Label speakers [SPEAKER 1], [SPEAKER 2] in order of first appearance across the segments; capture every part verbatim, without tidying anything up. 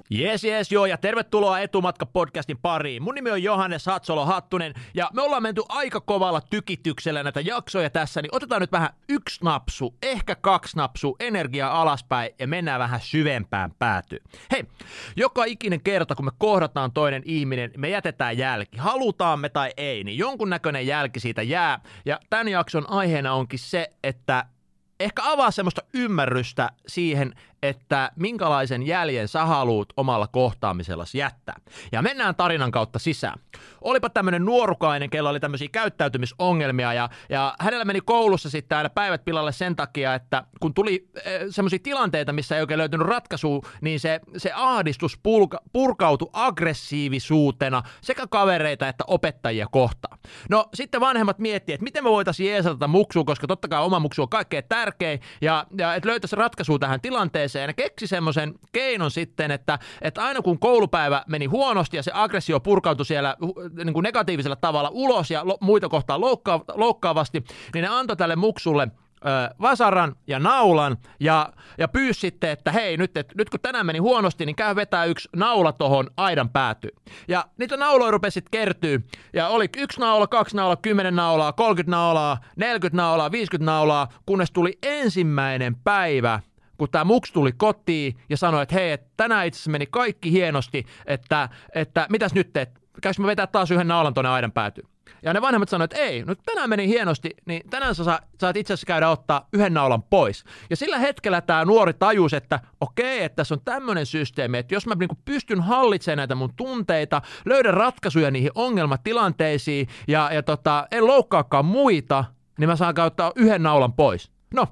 [SPEAKER 1] Jes, jes, joo, ja tervetuloa Etumatka-podcastin pariin. Mun nimi on Johannes Hatsolo-Hattunen, ja me ollaan menty aika kovalla tykityksellä näitä jaksoja tässä, niin otetaan nyt vähän yksi napsu, ehkä kaksi napsua energiaa alaspäin, ja mennään vähän syvempään päätyyn. Hei, joka ikinen kerta, kun me kohdataan toinen ihminen, me jätetään jälki. Halutaan me tai ei, niin jonkunnäköinen jälki siitä jää, ja tämän jakson aiheena onkin se, että ehkä avaa semmoista ymmärrystä siihen, että minkälaisen jäljen sä haluut omalla kohtaamisellasi jättää. Ja mennään tarinan kautta sisään. Olipa tämmönen nuorukainen, kello oli tämmöisiä käyttäytymisongelmia, ja, ja hänellä meni koulussa sitten aina päivät pilalle sen takia, että kun tuli e, semmoisia tilanteita, missä ei oikein löytynyt ratkaisua, niin se, se ahdistus pulka, purkautui aggressiivisuutena sekä kavereita että opettajia kohtaan. No sitten vanhemmat miettii, että miten me voitaisiin jeesata tätä muksua, koska totta kai oma muksu on kaikkein tärkein, ja, ja että löytäisi ratkaisua tähän tilanteeseen. Ja ne keksi semmoisen keinon sitten, että, että aina kun koulupäivä meni huonosti ja se aggressio purkautui siellä niin kuin negatiivisella tavalla ulos ja lo, muita kohtaan loukkaa, loukkaavasti, niin ne antoi tälle muksulle ö, vasaran ja naulan ja, ja pyysi sitten, että hei, nyt, et, nyt kun tänään meni huonosti, niin käy vetää yksi naula tohon aidan päätyyn. Ja niitä nauloja rupesi sitten kertyy, ja oli yksi naula, kaksi naulaa, kymmenen naulaa, kolmekymmentä naulaa, neljäkymmentä naulaa, viisikymmentä naulaa, kunnes tuli ensimmäinen päivä, kun tämä muks tuli kotiin ja sanoi, että hei, että tänään itse asiassa meni kaikki hienosti, että, että mitäs nyt teet, käykö mä vetää taas yhden naulan tuonne aidan päätyyn. Ja ne vanhemmat sanoivat, että ei, nyt tänään meni hienosti, niin tänään sä saat itse asiassa käydä ottaa yhden naulan pois. Ja sillä hetkellä tämä nuori tajusi, että okei, että tässä on tämmöinen systeemi, että jos mä niinku pystyn hallitsemaan näitä mun tunteita, löydän ratkaisuja niihin ongelmatilanteisiin ja, ja tota, en loukkaakaan muita, niin mä saan ottaa yhden naulan pois. No.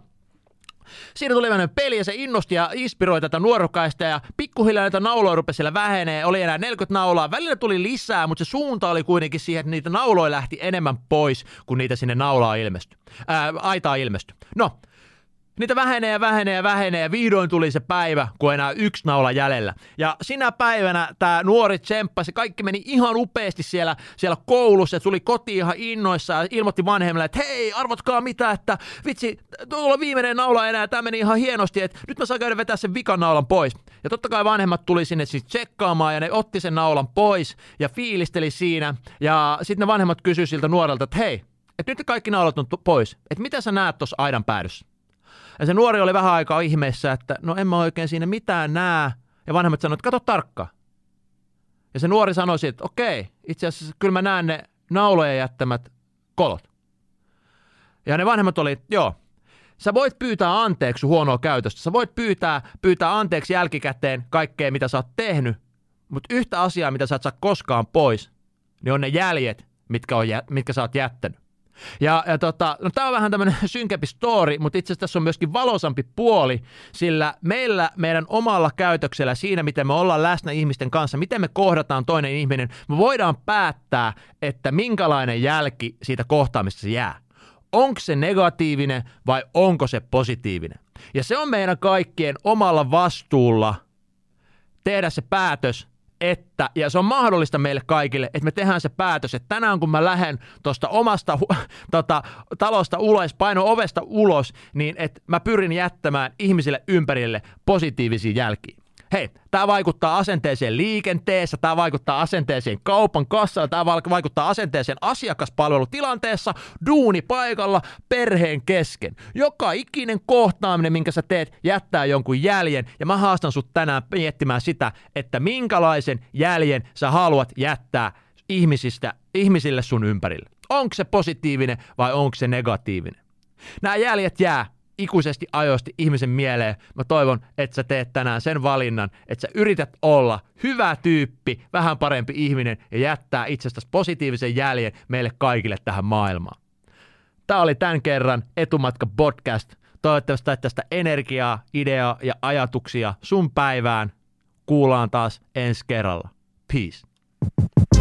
[SPEAKER 1] Siinä tuli vähän peli ja se innosti ja inspiroi tätä nuorukaista ja pikkuhiljaa näitä nauloja rupesi siellä vähenee, oli enää neljäkymmentä naulaa, välillä tuli lisää, mutta se suunta oli kuitenkin siihen, että niitä nauloja lähti enemmän pois, kun niitä sinne naulaa ilmestyi, ää, aitaa ilmestyi. No, niitä vähenee ja vähenee ja vähenee ja vihdoin tuli se päivä, kun enää yksi naula jäljellä. Ja sinä päivänä tämä nuori tsemppasi, kaikki meni ihan upeasti siellä, siellä koulussa, että tuli kotiin ihan innoissa ja ilmoitti vanhemmille, että hei, arvotkaa mitä, että vitsi, tuolla viimeinen naula enää, tämä meni ihan hienosti, että nyt mä saan käydä vetää sen vikan naulan pois. Ja totta kai vanhemmat tuli sinne siis tsekkaamaan ja ne otti sen naulan pois ja fiilisteli siinä. Ja sitten ne vanhemmat kysyi siltä nuorelta, että hei, että nyt kaikki naulat on pois, että mitä sä näet tuossa aidan päädyssä? Ja se nuori oli vähän aikaa ihmeessä, että no en mä oikein siinä mitään näe. Ja vanhemmat sanoivat, että kato tarkkaan. Ja se nuori sanoi, että okei, itse asiassa kyllä mä näen ne naulojen jättämät kolot. Ja ne vanhemmat oli, että joo, sä voit pyytää anteeksi sun huonoa käytöstä. Sä voit pyytää, pyytää anteeksi jälkikäteen kaikkea, mitä sä oot tehnyt. Mutta yhtä asiaa, mitä sä et saa koskaan pois, niin on ne jäljet, mitkä, on, mitkä sä oot jättänyt. Ja, ja tota, no tää on vähän tämmönen synkempi story, mutta itse asiassa tässä on myöskin valoisampi puoli, sillä meillä, meidän omalla käytöksellä siinä, miten me ollaan läsnä ihmisten kanssa, miten me kohdataan toinen ihminen, me voidaan päättää, että minkälainen jälki siitä kohtaamista se jää. Onko se negatiivinen vai onko se positiivinen? Ja se on meidän kaikkien omalla vastuulla tehdä se päätös, että, ja se on mahdollista meille kaikille, että me tehdään se päätös, että tänään kun mä lähden tuosta omasta tota, talosta ulos, paino ovesta ulos, niin että mä pyrin jättämään ihmisille ympärille positiivisia jälkiä. Hei, tämä vaikuttaa asenteeseen liikenteessä, tämä vaikuttaa asenteeseen kaupan kassalla, tämä vaikuttaa asenteeseen asiakaspalvelutilanteessa, duunipaikalla, perheen kesken. Joka ikinen kohtaaminen, minkä sä teet, jättää jonkun jäljen, ja mä haastan sut tänään miettimään sitä, että minkälaisen jäljen sä haluat jättää ihmisistä, ihmisille sun ympärille. Onko se positiivinen vai onko se negatiivinen? Nämä jäljet jää ikuisesti ajoisesti ihmisen mieleen. Mä toivon, että sä teet tänään sen valinnan, että sä yrität olla hyvä tyyppi, vähän parempi ihminen ja jättää itsestäsi positiivisen jäljen meille kaikille tähän maailmaan. Tää oli tämän kerran Etumatka podcast. Toivottavasti sait tästä energiaa, ideaa ja ajatuksia sun päivään. Kuullaan taas ensi kerralla. Peace.